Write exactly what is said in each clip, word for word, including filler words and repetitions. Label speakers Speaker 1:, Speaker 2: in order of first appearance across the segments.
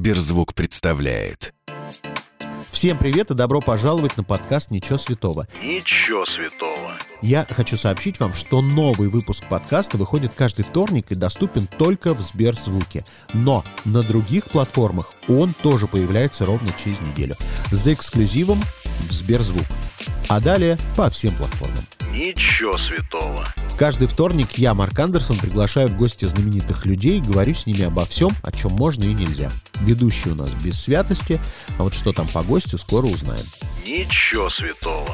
Speaker 1: Сберзвук представляет.
Speaker 2: Всем привет и добро пожаловать на подкаст «Ничего святого».
Speaker 3: Ничего святого.
Speaker 2: Я хочу сообщить вам, что новый выпуск подкаста выходит каждый вторник и доступен только в Сберзвуке. Но на других платформах он тоже появляется ровно через неделю. За эксклюзивом в Сберзвук. А далее по всем платформам.
Speaker 3: Ничего святого.
Speaker 2: Каждый вторник я, Марк Андерсон, приглашаю в гости знаменитых людей, говорю с ними обо всем, о чем можно и нельзя. Ведущий у нас без святости, а вот что там по гостю, скоро узнаем.
Speaker 3: Ничего святого.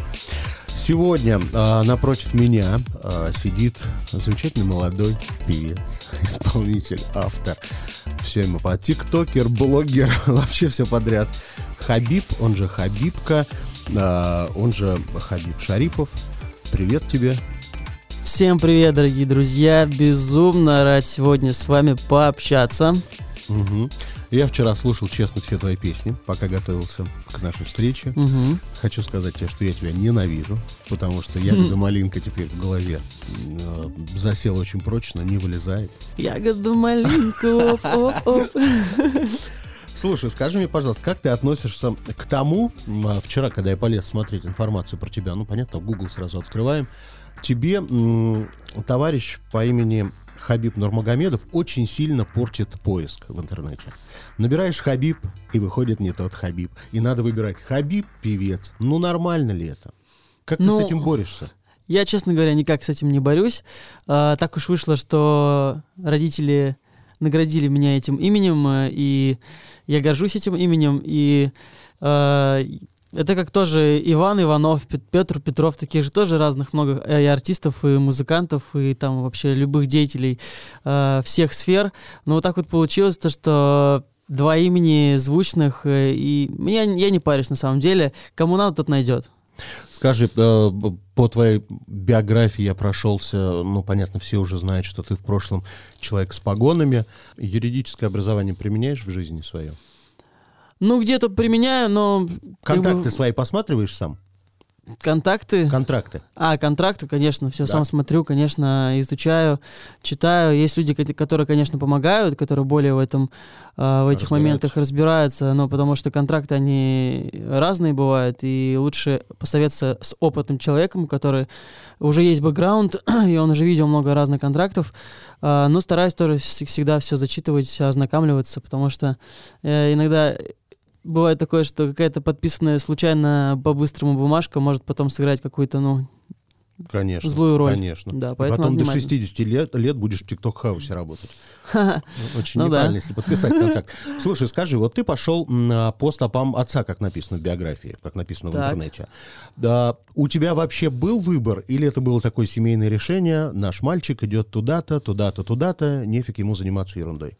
Speaker 2: Сегодня э, напротив меня э, сидит замечательный молодой певец, исполнитель, автор. Все ему по тиктокер, блогер, вообще все подряд. Хабиб, он же Хабибка, э, он же Хабиб Шарипов. Привет тебе.
Speaker 4: Всем привет, дорогие друзья. Безумно рад сегодня с вами пообщаться.
Speaker 2: Угу. Я вчера слушал, честно, все твои песни, пока готовился к нашей встрече.
Speaker 4: Угу.
Speaker 2: Хочу сказать тебе, что я тебя ненавижу, потому что ягода малинка теперь в голове э, засела очень прочно, не вылезает.
Speaker 4: Ягода малинка, оп-оп-оп.
Speaker 2: Слушай, скажи мне, пожалуйста, как ты относишься к тому, вчера, когда я полез смотреть информацию про тебя, ну, понятно, Google сразу открываем, тебе м- товарищ по имени Хабиб Нурмагомедов очень сильно портит поиск в интернете. Набираешь Хабиб, и выходит не тот Хабиб. И надо выбирать Хабиб, певец. Ну, нормально ли это? Как ну, ты с этим борешься?
Speaker 4: Я, честно говоря, никак с этим не борюсь. А, так уж вышло, что родители наградили меня этим именем, и я горжусь этим именем. И а, это как тоже Иван Иванов, Петр Петров, таких же тоже разных много и артистов, и музыкантов, и там вообще любых деятелей э, всех сфер. Но вот так вот получилось, то, что два имени звучных, и я, я не парюсь на самом деле. Кому надо, тот найдет.
Speaker 2: Скажи, э, по твоей биографии я прошелся, ну, понятно, все уже знают, что ты в прошлом человек с погонами. Юридическое образование применяешь в жизни своей?
Speaker 4: Ну, где-то применяю, но...
Speaker 2: Контракты
Speaker 4: как бы...
Speaker 2: свои посматриваешь сам?
Speaker 4: Контакты?
Speaker 2: Контракты.
Speaker 4: А, контракты, конечно, все
Speaker 2: да.
Speaker 4: сам смотрю, конечно, изучаю, читаю. Есть люди, которые, конечно, помогают, которые более в этом, в этих моментах разбираются, но потому что контракты, они разные бывают, и лучше посоветоваться с опытным человеком, который уже есть бэкграунд, и он уже видел много разных контрактов, но стараюсь тоже всегда все зачитывать, ознакомливаться, потому что иногда... Бывает такое, что какая-то подписанная случайно по-быстрому бумажка может потом сыграть какую-то, ну,
Speaker 2: конечно,
Speaker 4: злую роль.
Speaker 2: Конечно.
Speaker 4: Да,
Speaker 2: потом до шестидесяти лет, лет будешь в ТикТок-хаусе работать. Очень
Speaker 4: ну
Speaker 2: неправильно,
Speaker 4: да.
Speaker 2: если подписать контракт. Слушай, скажи, вот ты пошел по стопам отца, как написано в биографии, как написано так. в интернете. Да, у тебя вообще был выбор, или это было такое семейное решение, наш мальчик идет туда-то, туда-то, туда-то, нефиг ему заниматься ерундой?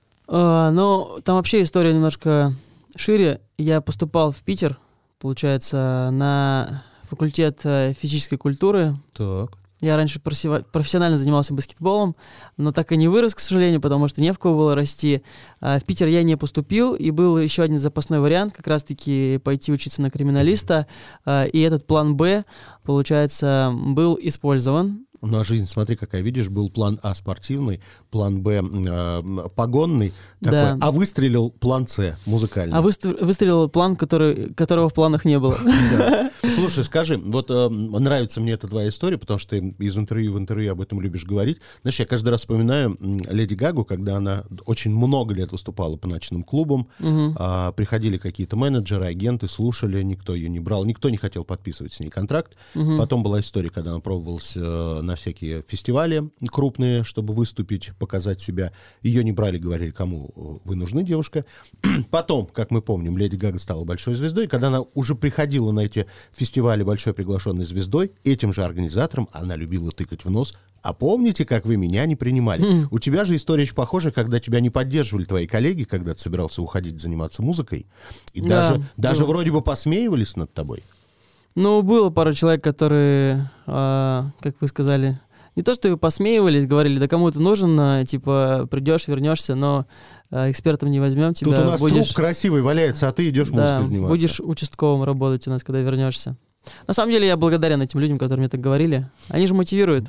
Speaker 4: А, ну, там вообще история немножко... шире. Я поступал в Питер, получается, на факультет физической культуры.
Speaker 2: Так.
Speaker 4: Я раньше профессионально занимался баскетболом, но так и не вырос, к сожалению, потому что не в кого было расти. В Питер я не поступил, и был еще один запасной вариант, как раз-таки пойти учиться на криминалиста. И этот план «Б», получается, был использован.
Speaker 2: Ну, а жизнь, смотри, какая, видишь, был план А спортивный, план Б э, погонный, такой,
Speaker 4: да.
Speaker 2: а выстрелил план С музыкальный.
Speaker 4: А выстр- выстрелил план, который, которого в планах не было.
Speaker 2: Слушай, скажи, вот нравится мне эта твоя история, потому что ты из интервью в интервью об этом любишь говорить. Знаешь, я каждый раз вспоминаю Леди Гагу, когда она очень много лет выступала по ночным клубам, приходили какие-то менеджеры, агенты, слушали, никто ее не брал, никто не хотел подписывать с ней контракт. Потом была история, когда она пробовалась на всякие фестивали крупные, чтобы выступить, показать себя. Ее не брали, говорили, кому вы нужны, девушка. Потом, как мы помним, Леди Гага стала большой звездой. Когда она уже приходила на эти фестивали большой приглашенной звездой, этим же организаторам она любила тыкать в нос. А помните, как вы меня не принимали? Mm. У тебя же история очень похожая, когда тебя не поддерживали твои коллеги, когда ты собирался уходить заниматься музыкой. И
Speaker 4: да,
Speaker 2: даже, даже
Speaker 4: да.
Speaker 2: вроде бы посмеивались над тобой.
Speaker 4: Ну, было пару человек, которые, э, как вы сказали, не то, что и посмеивались, говорили, да кому ты нужен, типа, придешь, вернешься, но э, экспертом не возьмем тебя.
Speaker 2: Тут у нас
Speaker 4: будешь...
Speaker 2: труп красивый валяется, а ты идешь
Speaker 4: да,
Speaker 2: музыкой заниматься.
Speaker 4: Будешь участковым работать у нас, когда вернешься. На самом деле я благодарен этим людям, которые мне так говорили. Они же мотивируют.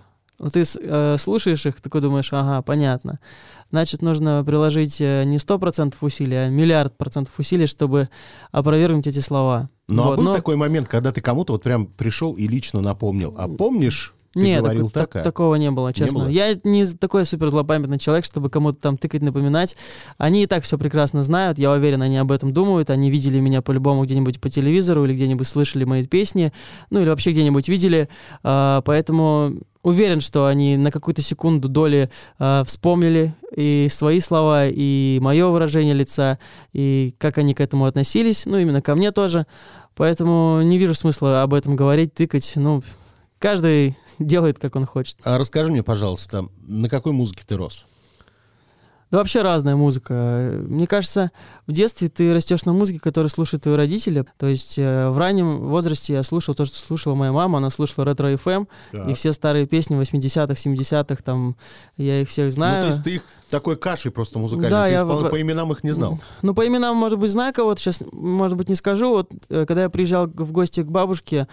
Speaker 4: ты э, слушаешь их, такой думаешь, ага, понятно. Значит, нужно приложить не сто процентов усилий, а миллиард процентов усилий, чтобы опровергнуть эти слова.
Speaker 2: Ну,
Speaker 4: вот,
Speaker 2: а был
Speaker 4: но...
Speaker 2: такой момент, когда ты кому-то вот прям пришел и лично напомнил, а помнишь, ты
Speaker 4: Нет,
Speaker 2: говорил
Speaker 4: так,
Speaker 2: так, а...
Speaker 4: такого не было, честно.
Speaker 2: Не было?
Speaker 4: Я не такой супер злопамятный человек, чтобы кому-то там тыкать, напоминать. Они и так все прекрасно знают, я уверен, они об этом думают, они видели меня по-любому где-нибудь по телевизору или где-нибудь слышали мои песни, ну или вообще где-нибудь видели, а, поэтому уверен, что они на какую-то секунду доли а, вспомнили и свои слова, и мое выражение лица, и как они к этому относились, ну именно ко мне тоже, поэтому не вижу смысла об этом говорить, тыкать, ну, каждый делает, как он хочет.
Speaker 2: А расскажи мне, пожалуйста, на какой музыке ты рос?
Speaker 4: Да вообще разная музыка. Мне кажется, в детстве ты растешь на музыке, которую слушают твои родители. То есть э, в раннем возрасте я слушал то, что слушала моя мама. Она слушала ретро-эф эм.
Speaker 2: Так.
Speaker 4: И все старые песни восьмидесятых, семидесятых, там, я их всех знаю.
Speaker 2: Ну, то есть ты их такой кашей просто музыкальной,
Speaker 4: Да,
Speaker 2: ты
Speaker 4: я
Speaker 2: исполнял,
Speaker 4: в-
Speaker 2: по именам их не знал?
Speaker 4: Ну, по именам, может быть, знаю кого-то, сейчас, может быть, не скажу. Вот, э, когда я приезжал в гости к бабушке,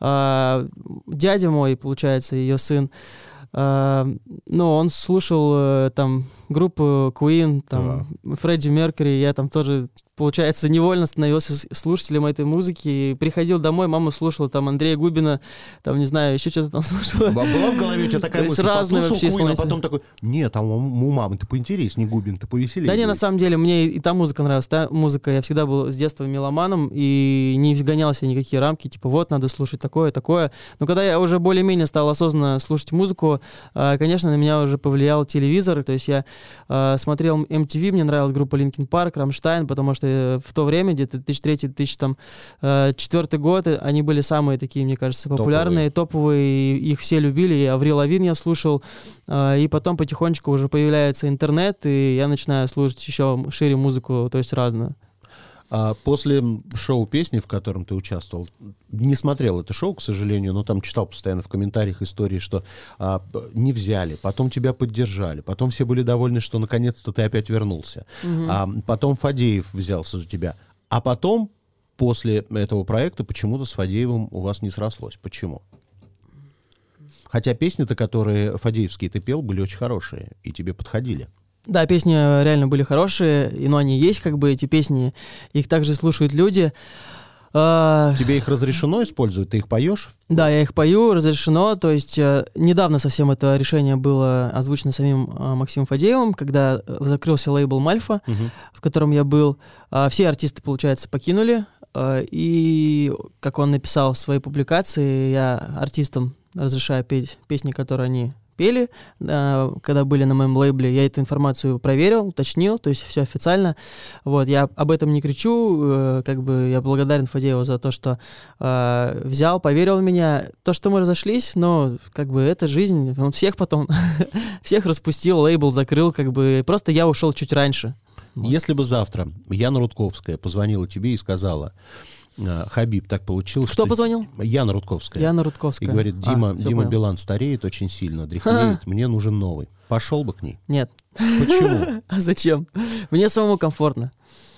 Speaker 4: э, дядя мой, получается, ее сын, э, ну, он слушал э, там группу Queen, там, Фредди Меркьюри, я там тоже, получается, невольно становился с- слушателем этой музыки, и приходил домой, мама слушала там Андрея Губина, там, не знаю, еще что-то там слушала.
Speaker 2: А была в голове у тебя такая
Speaker 4: То есть
Speaker 2: мысль,
Speaker 4: разные
Speaker 2: послушал
Speaker 4: вообще
Speaker 2: Queen, а
Speaker 4: исполнители.
Speaker 2: потом такой, нет, а у, у мамы ты поинтереснее, Губин, ты повеселее.
Speaker 4: Да не, на
Speaker 2: будет».
Speaker 4: самом деле, мне и та музыка нравилась, та музыка, я всегда был с детства меломаном, и не вгонялся в никакие рамки, типа, вот, надо слушать такое, такое. Но когда я уже более-менее стал осознанно слушать музыку, э, конечно, на меня уже повлиял телевизор, то есть я э, смотрел эм ти ви, мне нравилась группа Linkin Park, Rammstein, потому что э, в то время, где-то две тысячи третий - две тысячи четвёртый год, э, они были самые такие, мне кажется, популярные, топовые, и их все любили, и Аврил Лавин я слушал, э, и потом потихонечку уже появляется интернет, и я начинаю слушать еще шире музыку, то есть разную.
Speaker 2: А после шоу «Песни», в котором ты участвовал, не смотрел это шоу, к сожалению, но там читал постоянно в комментариях истории, что а, не взяли, потом тебя поддержали, потом все были довольны, что наконец-то ты опять вернулся.
Speaker 4: Мгм.
Speaker 2: А потом Фадеев взялся за тебя. А потом, после этого проекта, почему-то с Фадеевым у вас не срослось. Почему? Хотя песни-то, которые фадеевские ты пел, были очень хорошие и тебе подходили.
Speaker 4: Да, песни реально были хорошие, и, ну, они есть, как бы, эти песни, их также слушают люди. А,
Speaker 2: Тебе их разрешено использовать? Ты их поешь?
Speaker 4: Да, я их пою, разрешено, то есть э, недавно совсем это решение было озвучено самим э, Максимом Фадеевым, когда э, закрылся лейбл «Мальфа»,
Speaker 2: Мгм.
Speaker 4: в котором я был. А, все артисты, получается, покинули, э, и, как он написал в своей публикации, я артистам разрешаю петь песни, которые они пели, э, когда были на моем лейбле. Я эту информацию проверил, уточнил, то есть все официально. Вот, я об этом не кричу, э, как бы я благодарен Фадееву за то, что э, взял, поверил в меня. То, что мы разошлись, но как бы это жизнь, он всех потом, всех распустил, лейбл закрыл, как бы просто я ушел чуть раньше. Вот.
Speaker 2: Если бы завтра Яна Рудковская позвонила тебе и сказала: «А, Хабиб, так получилось,
Speaker 4: Кто
Speaker 2: что...»
Speaker 4: позвонил?
Speaker 2: Яна Рудковская.
Speaker 4: Яна
Speaker 2: И
Speaker 4: Рудковская.
Speaker 2: говорит: Дима,
Speaker 4: А, всё
Speaker 2: Дима
Speaker 4: понял.
Speaker 2: Билан стареет очень сильно, дряхлеет, мне нужен новый. Пошел бы к ней.
Speaker 4: Нет.
Speaker 2: Почему?
Speaker 4: А зачем? Мне самому комфортно.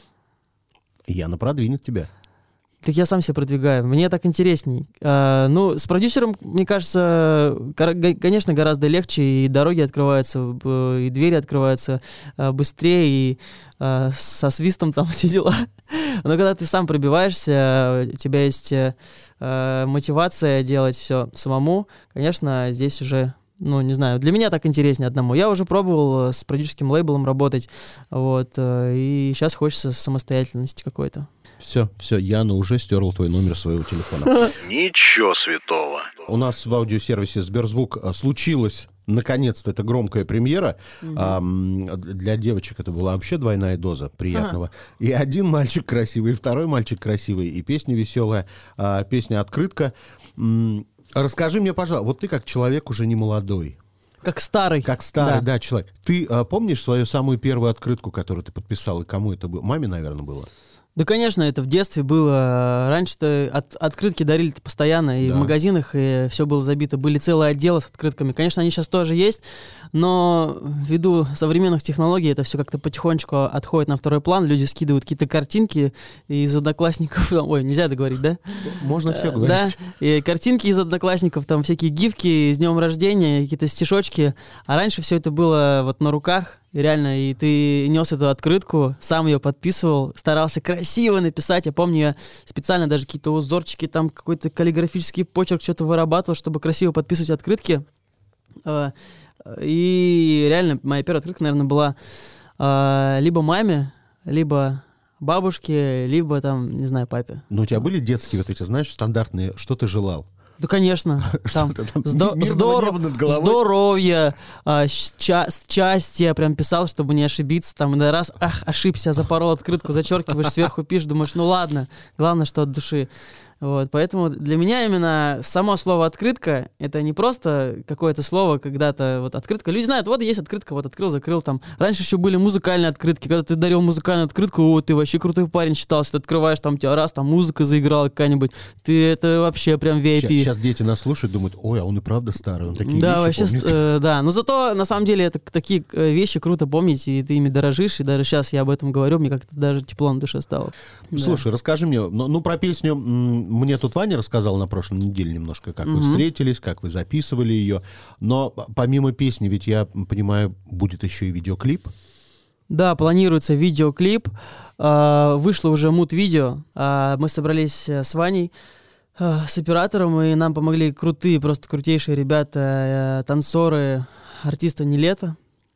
Speaker 2: Яна продвинет тебя.
Speaker 4: Так я сам себя продвигаю. Мне так интересней. А, ну, с продюсером, мне кажется, гора- го- конечно, гораздо легче, и дороги открываются, б- и двери открываются а, быстрее, и а, со свистом там все дела. Но когда ты сам пробиваешься, у тебя есть э, э, мотивация делать все самому, конечно, здесь уже, ну, не знаю, для меня так интереснее одному. Я уже пробовал с продюсерским лейблом работать, вот, э, и сейчас хочется самостоятельности какой-то.
Speaker 2: Все, все, Яна уже стерла твой номер своего телефона.
Speaker 3: Ничего святого.
Speaker 2: У нас в аудиосервисе Сберзвук а, случилось, наконец-то, это громкая премьера. А, м, для девочек это была вообще двойная доза приятного. И один мальчик красивый, и второй мальчик красивый, и песня веселая, а, песня «Открытка». М, Расскажи мне, пожалуйста, вот ты как человек уже не молодой,
Speaker 4: Как старый.
Speaker 2: как старый,
Speaker 4: Да.
Speaker 2: да, человек. Ты а, помнишь свою самую первую открытку, которую ты подписал, и кому это было? Маме, наверное, было?
Speaker 4: Да, конечно, это в детстве было. Раньше-то от, открытки дарили-то постоянно, и да. в магазинах, и все было забито. Были целые отделы с открытками. Конечно, они сейчас тоже есть, но ввиду современных технологий это все как-то потихонечку отходит на второй план. Люди скидывают какие-то картинки из одноклассников. Ой, нельзя это говорить, да?
Speaker 2: Можно все говорить.
Speaker 4: Да, и картинки из одноклассников, там всякие гифки с днем рождения, какие-то стишочки. А раньше все это было вот на руках. И реально, и ты нес эту открытку, сам ее подписывал, старался красиво написать. Я помню, я специально даже какие-то узорчики, там какой-то каллиграфический почерк, что-то вырабатывал, чтобы красиво подписывать открытки. И реально, моя первая открытка, наверное, была либо маме, либо бабушке, либо там, не знаю, папе.
Speaker 2: Но у тебя были детские вот эти, знаешь, стандартные, что ты желал?
Speaker 4: Да, конечно. Там, там здо- здоров- здоровье, а, сча- счастье, прям писал, чтобы не ошибиться. Там иной раз, ах, ошибся, запорол открытку, зачеркиваешь, сверху пишешь, думаешь, ну ладно, главное, что от души. Вот, поэтому для меня именно само слово «открытка» — это не просто какое-то слово, когда-то вот открытка. Люди знают, вот есть открытка, вот открыл, закрыл там. Раньше еще были музыкальные открытки. Когда ты дарил музыкальную открытку, о, ты вообще крутой парень считался. Ты открываешь, там у тебя раз, там музыка заиграла какая-нибудь. Ты это вообще прям ви ай пи.
Speaker 2: Сейчас, сейчас дети нас слушают, думают, ой, а он и правда старый, он такие
Speaker 4: да,
Speaker 2: вещи
Speaker 4: вообще,
Speaker 2: помнит.
Speaker 4: Э, да, но зато на самом деле это такие вещи круто помнить, и ты ими дорожишь, и даже сейчас я об этом говорю, мне как-то даже тепло на душе стало.
Speaker 2: Слушай, да. расскажи мне, ну, ну про песню мне тут Ваня рассказал на прошлой неделе немножко, как mm-hmm. вы встретились, как вы записывали ее, но помимо песни, ведь я понимаю, будет еще и видеоклип.
Speaker 4: Да, планируется видеоклип, э, вышло уже мут-видео, э, мы собрались с Ваней, э, с оператором, и нам помогли крутые, просто крутейшие ребята, э, танцоры, артисты «Нилетто».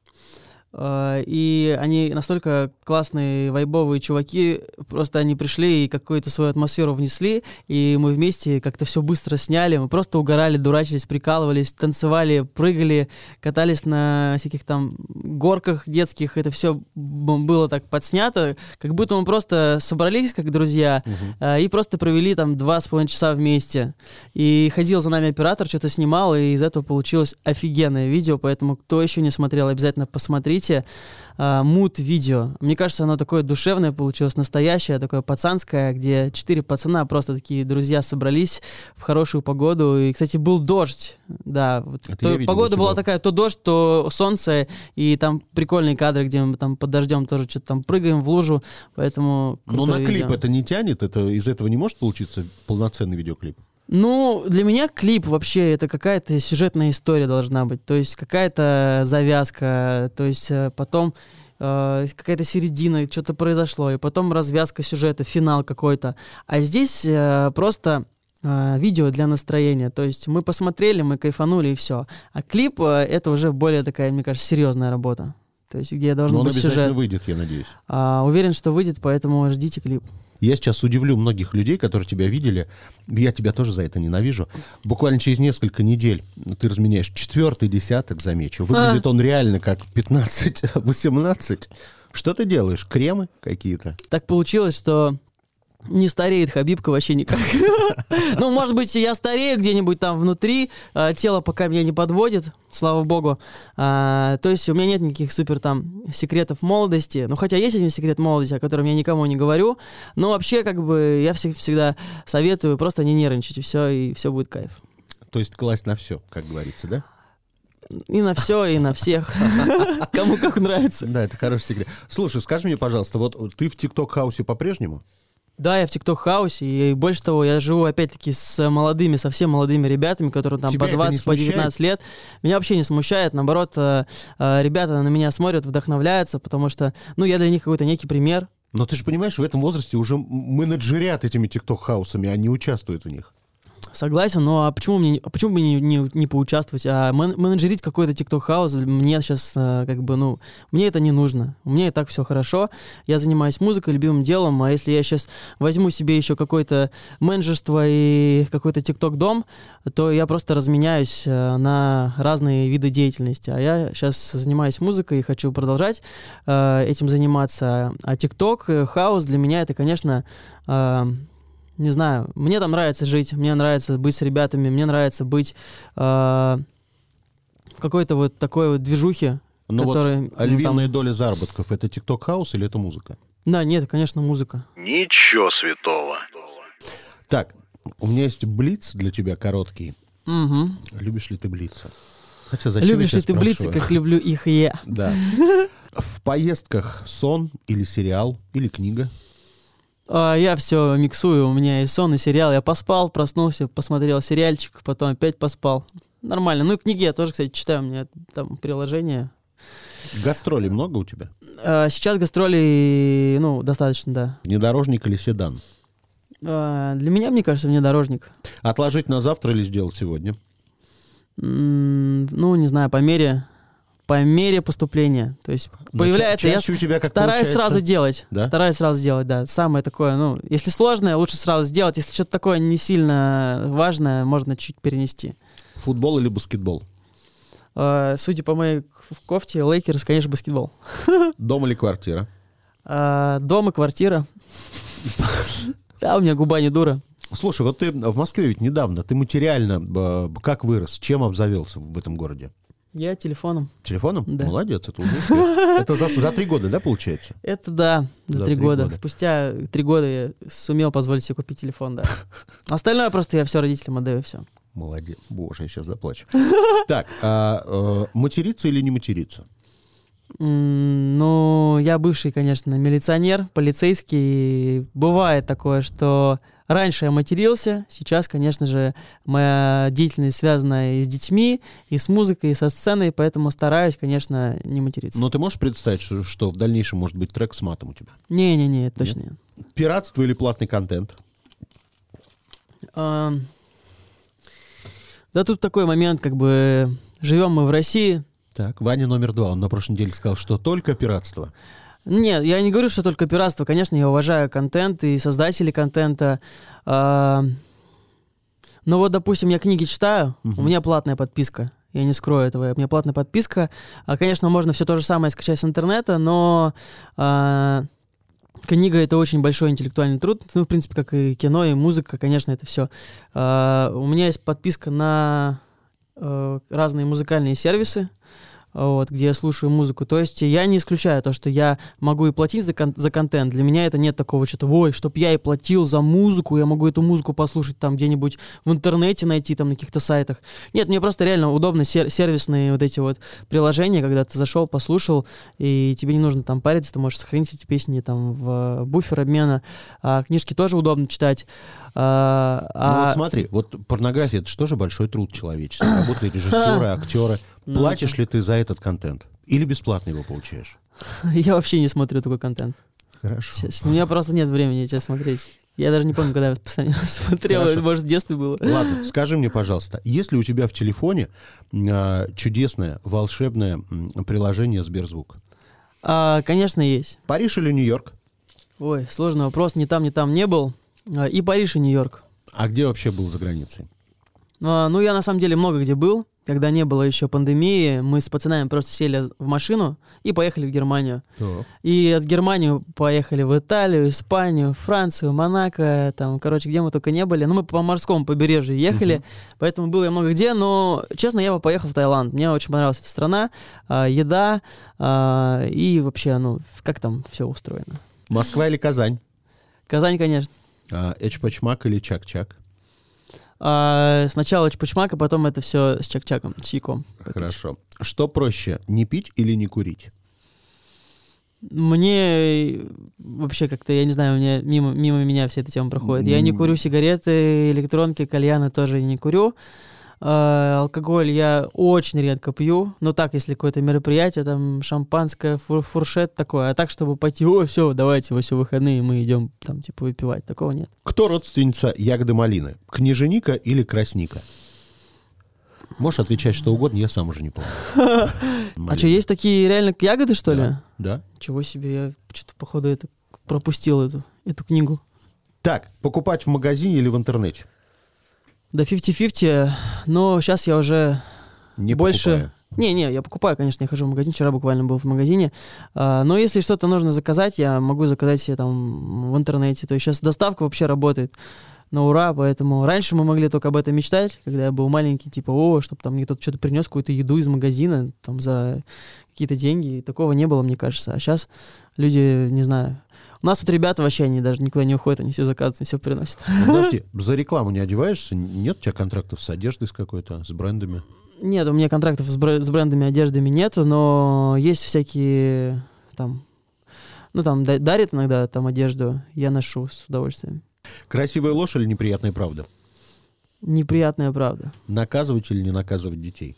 Speaker 4: И они настолько классные, вайбовые чуваки, просто они пришли и какую-то свою атмосферу внесли, и мы вместе как-то все быстро сняли, мы просто угорали, дурачились, прикалывались, танцевали, прыгали, катались на всяких там горках детских, это все было так подснято, как будто мы просто собрались как друзья uh-huh. и просто провели там два с половиной часа вместе. И ходил за нами оператор, что-то снимал, и из этого получилось офигенное видео, поэтому кто еще не смотрел, обязательно посмотрите. Мут-видео. Мне кажется, оно такое душевное получилось, настоящее, такое пацанское, где четыре пацана, просто такие друзья, собрались в хорошую погоду. И, кстати, был дождь. Да, вот то, погода была такая, то дождь, то солнце, и там прикольные кадры, где мы там под дождем тоже что-то там прыгаем в лужу, поэтому...
Speaker 2: Но на клип это не тянет? Это, из этого не может получиться полноценный видеоклип?
Speaker 4: Ну, для меня клип вообще это какая-то сюжетная история должна быть, то есть какая-то завязка, то есть потом э, какая-то середина, что-то произошло, и потом развязка сюжета, финал какой-то. А здесь э, просто э, видео для настроения, то есть мы посмотрели, мы кайфанули и все. А клип э, это уже более такая, мне кажется, серьезная работа, то есть где должен
Speaker 2: Но
Speaker 4: быть
Speaker 2: он
Speaker 4: сюжет.
Speaker 2: Он обязательно выйдет, я надеюсь.
Speaker 4: А, уверен, что выйдет, поэтому ждите клип.
Speaker 2: Я сейчас удивлю многих людей, которые тебя видели. Я тебя тоже за это ненавижу. Буквально через несколько недель ты разменяешь четвертый десяток, замечу. Выглядит а. он реально как пятнадцать-восемнадцать. Что ты делаешь? Кремы какие-то?
Speaker 4: Так получилось, что не стареет Хабибка вообще никак. Ну, может быть, я старею где-нибудь там внутри, тело пока меня не подводит, слава богу. То есть у меня нет никаких супер там секретов молодости. Ну, хотя есть один секрет молодости, о котором я никому не говорю. Но вообще, как бы, я всегда советую просто не нервничать, и все, и все будет кайф.
Speaker 2: То есть класть на все, как говорится, да?
Speaker 4: И на все, и на всех. Кому как нравится.
Speaker 2: Да, это хороший секрет. Слушай, скажи мне, пожалуйста, вот ты в ТикТок-хаусе по-прежнему?
Speaker 4: Да, я в ТикТок-хаусе, и больше того, я живу опять-таки с молодыми, совсем молодыми ребятами, которые там
Speaker 2: Тебя
Speaker 4: по двадцать, по девятнадцать лет. Меня вообще не смущает, наоборот, ребята на меня смотрят, вдохновляются, потому что, ну, я для них какой-то некий пример.
Speaker 2: Но ты же понимаешь, в этом возрасте уже менеджерят этими ТикТок-хаусами, они участвуют в них.
Speaker 4: Согласен, но а почему мне, а почему бы не, не, не поучаствовать? А мен, менеджерить какой-то ТикТок-хаус мне сейчас, а, как бы, ну, мне это не нужно. Мне и так все хорошо. Я занимаюсь музыкой, любимым делом, а если я сейчас возьму себе еще какое-то менеджерство и какой-то ТикТок-дом, то я просто разменяюсь а, на разные виды деятельности. А я сейчас занимаюсь музыкой и хочу продолжать а, этим заниматься. А ТикТок-хаус для меня это, конечно... А, не знаю, мне там нравится жить, мне нравится быть с ребятами, мне нравится быть э, в какой-то вот такой вот движухе,
Speaker 2: Но
Speaker 4: которая...
Speaker 2: Вот, а львиная
Speaker 4: ну, там...
Speaker 2: доля заработков — это ТикТок-хаус или это музыка?
Speaker 4: Да, нет, конечно, музыка.
Speaker 3: Ничего святого.
Speaker 2: Так, у меня есть блиц для тебя короткий.
Speaker 4: Угу.
Speaker 2: Любишь ли ты блицы? Хотя зачем
Speaker 4: Любишь
Speaker 2: я
Speaker 4: ли
Speaker 2: тебя
Speaker 4: ты блицы,
Speaker 2: спрашиваю?
Speaker 4: как люблю их и я?
Speaker 2: Да. В поездках сон или сериал, или книга?
Speaker 4: А, я все миксую, у меня и сон, и сериал. Я поспал, проснулся, посмотрел сериальчик, потом опять поспал. Нормально. Ну и книги я тоже, кстати, читаю, у меня там приложение.
Speaker 2: Гастролей много у тебя?
Speaker 4: А, сейчас гастролей, ну, достаточно, да.
Speaker 2: Внедорожник или седан?
Speaker 4: А, для меня, мне кажется, внедорожник.
Speaker 2: Отложить на завтра или сделать сегодня?
Speaker 4: М, Ну, не знаю, по мере, по мере поступления. То есть
Speaker 2: Но
Speaker 4: появляется,
Speaker 2: ча-
Speaker 4: я
Speaker 2: чаще у тебя как
Speaker 4: стараюсь
Speaker 2: получается?
Speaker 4: сразу делать.
Speaker 2: Да?
Speaker 4: Стараюсь сразу делать, да. Самое такое, ну, если сложное, лучше сразу сделать. Если что-то такое не сильно важное, можно чуть перенести.
Speaker 2: Футбол или баскетбол?
Speaker 4: А, Судя по моей к- кофте, Лейкерс, конечно, баскетбол.
Speaker 2: Дом или квартира?
Speaker 4: А, Дом и квартира. Да, у меня губа не дура.
Speaker 2: Слушай, вот ты в Москве ведь недавно, ты материально э, как вырос, чем обзавелся в этом городе?
Speaker 4: Я телефоном.
Speaker 2: Телефоном?
Speaker 4: Да.
Speaker 2: Молодец, это уже успех. Это за, за три года, да, получается?
Speaker 4: Это да, за,
Speaker 2: За
Speaker 4: три
Speaker 2: три
Speaker 4: года.
Speaker 2: года.
Speaker 4: Спустя три года я сумел позволить себе купить телефон, да. Остальное просто я все родителям отдаю, все.
Speaker 2: Молодец. Боже, я сейчас заплачу. Так, а, э, материться или не материться?
Speaker 4: М, Ну, я бывший, конечно, милиционер, полицейский. Бывает такое, что раньше я матерился, сейчас, конечно же, моя деятельность связана и с детьми, и с музыкой, и со сценой, поэтому стараюсь, конечно, не материться.
Speaker 2: Но ты можешь представить, что, что в дальнейшем может быть трек с матом у тебя?
Speaker 4: Не-не-не, это точно нет.
Speaker 2: Пиратство или платный контент?
Speaker 4: А, Да тут такой момент, как бы, живем мы в России.
Speaker 2: Так, Ваня номер два. Он на прошлой неделе сказал, что только пиратство.
Speaker 4: Нет, я не говорю, что только пиратство. Конечно, я уважаю контент и создателей контента. А, Но вот, допустим, я книги читаю,
Speaker 2: Мгм.
Speaker 4: у меня платная подписка. Я не скрою этого. У меня платная подписка. А, Конечно, можно все то же самое скачать с интернета, но а, книга — это очень большой интеллектуальный труд. Ну, в принципе, как и кино, и музыка, конечно, это все. У меня есть подписка на э, разные музыкальные сервисы, вот, где я слушаю музыку. То есть я не исключаю то, что я могу и платить за, кон- за контент. Для меня это нет такого что-то, ой, чтоб я и платил за музыку, я могу эту музыку послушать там где-нибудь в интернете найти, там на каких-то сайтах. Нет, мне просто реально удобно сер- сервисные вот эти вот приложения, когда ты зашел, послушал, и тебе не нужно там париться, ты можешь сохранить эти песни там в буфер обмена. А книжки тоже удобно читать. А,
Speaker 2: Ну
Speaker 4: а-
Speaker 2: вот смотри, вот порнография — это же тоже большой труд человечества. Работают режиссеры, актеры.
Speaker 4: Ну,
Speaker 2: Платишь ли ты за этот контент? Или бесплатно его получаешь?
Speaker 4: Я вообще не смотрю такой контент.
Speaker 2: Хорошо.
Speaker 4: Сейчас, у меня просто нет времени сейчас смотреть. Я даже не помню, когда я последний раз смотрел.
Speaker 2: Хорошо.
Speaker 4: Это, может, в детстве было.
Speaker 2: Ладно, скажи мне, пожалуйста, есть ли у тебя в телефоне а, чудесное, волшебное м, приложение Сберзвук?
Speaker 4: А, конечно, есть.
Speaker 2: Париж или Нью-Йорк?
Speaker 4: Ой, сложный вопрос. Ни там, ни там не был. А, И Париж, и Нью-Йорк.
Speaker 2: А где вообще был за границей?
Speaker 4: А, Ну, я на самом деле много где был. Когда не было еще пандемии, мы с пацанами просто сели в машину и поехали в Германию. И с Германии поехали в Италию, Испанию, Францию, Монако, там, короче, где мы только не были. Ну, мы по морскому побережью ехали,
Speaker 2: Мгм.
Speaker 4: поэтому было я много где, но, честно, я бы поехал в Таиланд. Мне очень понравилась эта страна, а, еда а, и вообще, ну, как там все устроено.
Speaker 2: Москва или Казань?
Speaker 4: Казань, конечно.
Speaker 2: А, Эчпочмак или Чак-Чак?
Speaker 4: А, сначала чпучмак, а потом это все с чак-чаком, с чайком. попить.
Speaker 2: Хорошо. Что проще, не пить или не курить?
Speaker 4: Мне э, вообще как-то, я не знаю, у меня мимо, мимо меня вся эта тема проходит. Я не
Speaker 2: М.
Speaker 4: курю сигареты, электронки, кальяны тоже не курю. А, алкоголь я очень редко пью. Но так, если какое-то мероприятие, там шампанское, фур- фуршет такое. А так, чтобы пойти, о, все, давайте, во все выходные мы идем там типа выпивать. Такого нет.
Speaker 2: Кто родственница ягоды малины? Княженика или красника? Можешь отвечать что угодно, я сам уже не помню.
Speaker 4: А что, есть такие реально ягоды, что ли?
Speaker 2: Да. Да.
Speaker 4: Чего себе, я что-то, походу, это пропустил эту, эту книгу.
Speaker 2: Так, покупать в магазине или в интернете?
Speaker 4: Да пятьдесят на пятьдесят, но сейчас я уже
Speaker 2: Не
Speaker 4: больше...
Speaker 2: покупаю.
Speaker 4: Не-не, я покупаю, конечно, я хожу в магазин, вчера буквально был в магазине, а, но если что-то нужно заказать, я могу заказать себе там в интернете, то есть сейчас доставка вообще работает на ура, поэтому раньше мы могли только об этом мечтать, когда я был маленький, типа, о, чтобы там мне кто-то что-то принес, какую-то еду из магазина, там за какие-то деньги, такого не было, мне кажется, а сейчас люди, не знаю... У нас вот ребята вообще, они даже никуда не уходят, они все заказывают, все приносят.
Speaker 2: Подожди, за рекламу не одеваешься? Нет у тебя контрактов с одеждой с какой-то, с брендами?
Speaker 4: Нет, у меня контрактов с, бр- с брендами, одеждами нету, но есть всякие там... Ну, там да- дарят иногда там одежду, я ношу с удовольствием.
Speaker 2: Красивая ложь или неприятная правда?
Speaker 4: Неприятная правда.
Speaker 2: Наказывать или не наказывать детей?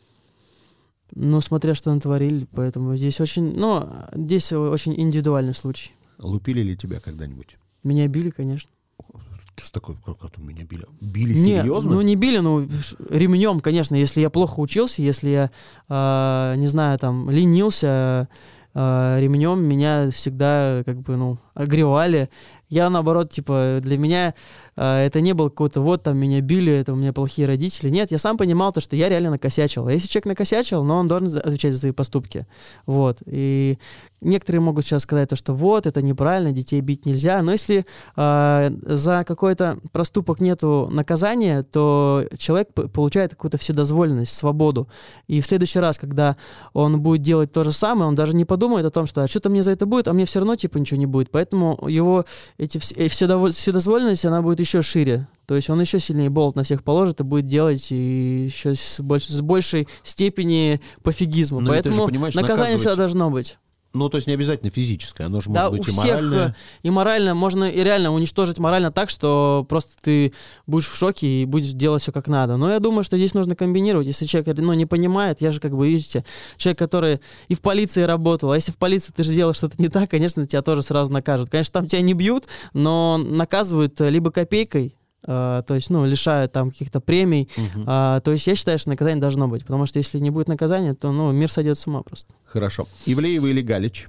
Speaker 4: Ну, смотря что натворили, поэтому здесь очень... Ну, здесь очень индивидуальный случай.
Speaker 2: Лупили ли тебя когда-нибудь?
Speaker 4: Меня били, конечно.
Speaker 2: С такой, как это меня били? Били
Speaker 4: Не,
Speaker 2: серьезно?
Speaker 4: ну не били, ну ремнем, конечно. Если я плохо учился, если я, э, не знаю, там, ленился, э, ремнем меня всегда, как бы, ну, огревали. Я, наоборот, типа, для меня э, это не было какого-то, вот, там, меня били, это у меня плохие родители. Нет, я сам понимал то, что я реально накосячил. А если человек накосячил, но он должен отвечать за свои поступки. Вот. И некоторые могут сейчас сказать то, что вот, это неправильно, детей бить нельзя. Но если э, за какой-то проступок нету наказания, то человек п- получает какую-то вседозволенность, свободу. И в следующий раз, когда он будет делать то же самое, он даже не подумает о том, что а что-то мне за это будет, а мне все равно, типа, ничего не будет. Поэтому его эти вседозволенность, она будет еще шире. То есть он еще сильнее болт на всех положит и будет делать и еще с, больш, с большей степени пофигизма.
Speaker 2: Но
Speaker 4: Поэтому
Speaker 2: же, наказание
Speaker 4: наказывать... всегда должно быть.
Speaker 2: Ну, то есть не обязательно физическое, оно же
Speaker 4: Да,
Speaker 2: может быть
Speaker 4: у
Speaker 2: и
Speaker 4: всех
Speaker 2: моральное.
Speaker 4: И морально, можно и реально уничтожить морально так, что просто ты будешь в шоке и будешь делать все как надо. Но я думаю, что здесь нужно комбинировать. Если человек, ну, не понимает, я же, как бы, видите, человек, который и в полиции работал, а если в полиции ты же делаешь что-то не так, конечно, тебя тоже сразу накажут. Конечно, там тебя не бьют, но наказывают либо копейкой, Uh, то есть, ну, лишают там каких-то премий. Uh-huh. Uh, то есть я считаю, что наказание должно быть. Потому что если не будет наказания, то, ну, мир сойдет с ума просто.
Speaker 2: Хорошо. Ивлеева или Галич?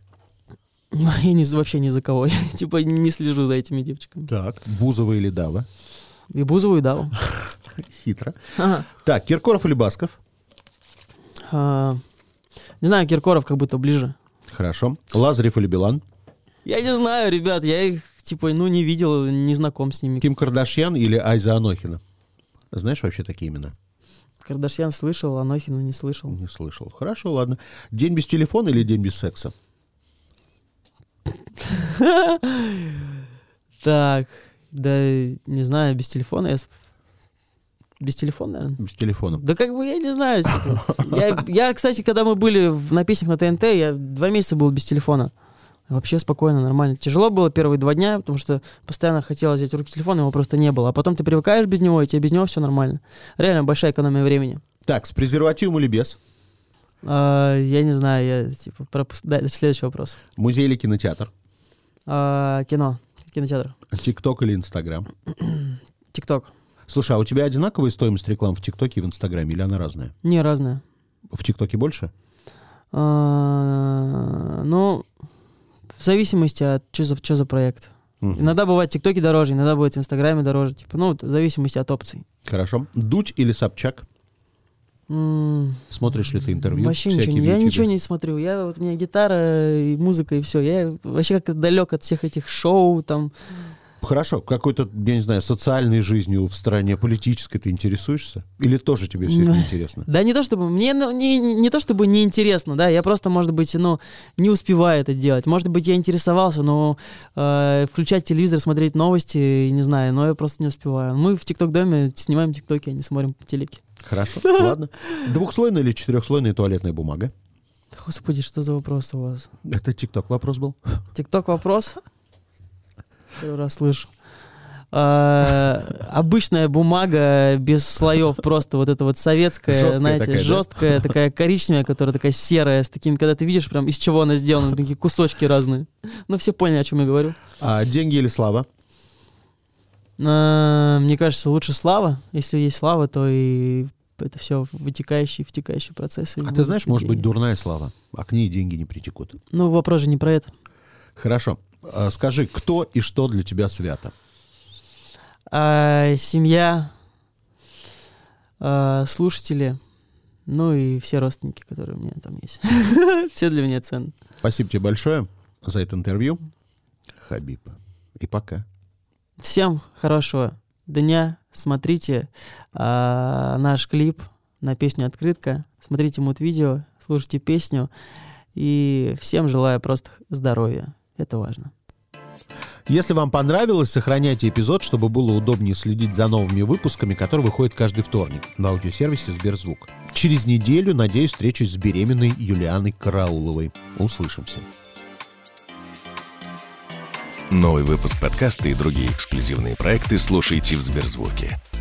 Speaker 4: Я не, вообще ни за кого. Я, типа, не слежу за этими девочками.
Speaker 2: Так. Бузова или Дава?
Speaker 4: И Бузову, и Даву.
Speaker 2: Хитро.
Speaker 4: Ага.
Speaker 2: Так, Киркоров или Басков?
Speaker 4: Uh, не знаю, Киркоров как будто ближе.
Speaker 2: Хорошо. Лазарев или Билан?
Speaker 4: Я не знаю, ребят, я их типа, ну, не видел, не знаком с ними.
Speaker 2: Ким Кардашьян или Айза Анохина? Знаешь вообще такие имена?
Speaker 4: Кардашьян слышал, Анохина не слышал.
Speaker 2: Не слышал. Хорошо, ладно. День без телефона или день без секса?
Speaker 4: Так, да, не знаю, без телефона я... Без телефона, наверное?
Speaker 2: Без телефона.
Speaker 4: Да как бы я не знаю. Я, я, кстати, когда мы были в, на песнях на ТНТ, я два месяца был без телефона. Вообще спокойно, нормально. Тяжело было первые два дня, потому что постоянно хотелось взять в руки телефон, его просто не было. А потом ты привыкаешь без него, и тебе без него все нормально. Реально большая экономия времени.
Speaker 2: Так, с презервативом или без?
Speaker 4: А, я не знаю, я типа... Пропуск... Да, следующий вопрос.
Speaker 2: Музей или кинотеатр?
Speaker 4: А, кино, кинотеатр.
Speaker 2: ТикТок или Инстаграм?
Speaker 4: ТикТок.
Speaker 2: Слушай, а у тебя одинаковая стоимость рекламы в ТикТоке и в Инстаграме, или она разная?
Speaker 4: Не, разная.
Speaker 2: В ТикТоке больше?
Speaker 4: А, ну... В зависимости от что за, что за проект. Uh-huh. Иногда бывает в ТикТоке дороже, иногда бывает в Инстаграме дороже. Типа, ну, в зависимости от опций.
Speaker 2: Хорошо. Дудь или Собчак?
Speaker 4: Mm.
Speaker 2: Смотришь ли ты интервью?
Speaker 4: Вообще ничего не. Я ничего не смотрю. Я, вот, у меня гитара и музыка, и все. Я вообще как-то далек от всех этих шоу, там...
Speaker 2: Хорошо. Какой-то, я не знаю, социальной жизнью в стране, политической ты интересуешься? Или тоже тебе все это интересно?
Speaker 4: Да не то чтобы... Мне ну, не, не то чтобы не интересно, да. Я просто, может быть, ну, не успеваю это делать. Может быть, я интересовался, но э, включать телевизор, смотреть новости, не знаю, но я просто не успеваю. Мы в ТикТок-доме снимаем ТикТоки, а не смотрим по телеке.
Speaker 2: Хорошо, ладно. Двухслойная или четырехслойная туалетная бумага?
Speaker 4: Господи, что за вопрос у вас?
Speaker 2: Это ТикТок вопрос был.
Speaker 4: ТикТок вопрос? Первый раз слышу. А, обычная бумага без слоев, просто вот эта вот советская,
Speaker 2: жесткая
Speaker 4: знаете,
Speaker 2: такая,
Speaker 4: жесткая, да? Такая коричневая, которая такая серая, с такими, когда ты видишь прям из чего она сделана, такие кусочки разные. Ну, все поняли, о чем я говорю.
Speaker 2: А деньги или слава?
Speaker 4: А, мне кажется, лучше слава. Если есть слава, то и это все вытекающие, втекающие процессы.
Speaker 2: А ты знаешь, может быть, дурная слава, а к ней деньги не притекут.
Speaker 4: Ну, вопрос же не про это.
Speaker 2: Хорошо. А скажи, кто и что для тебя свято?
Speaker 4: А, семья, а, слушатели, ну и все родственники, которые у меня там есть. Все для меня ценны.
Speaker 2: Спасибо тебе большое за это интервью, Хабиб. И пока.
Speaker 4: Всем хорошего дня. Смотрите а, наш клип на песню «Открытка». Смотрите мут-видео, слушайте песню. И всем желаю просто здоровья. Это важно.
Speaker 2: Если вам понравилось, сохраняйте эпизод, чтобы было удобнее следить за новыми выпусками, которые выходят каждый вторник на аудиосервисе Сберзвук. Через неделю, надеюсь, встречусь с беременной Юлианой Карауловой. Услышимся.
Speaker 1: Новый выпуск подкаста и другие эксклюзивные проекты слушайте в Сберзвуке.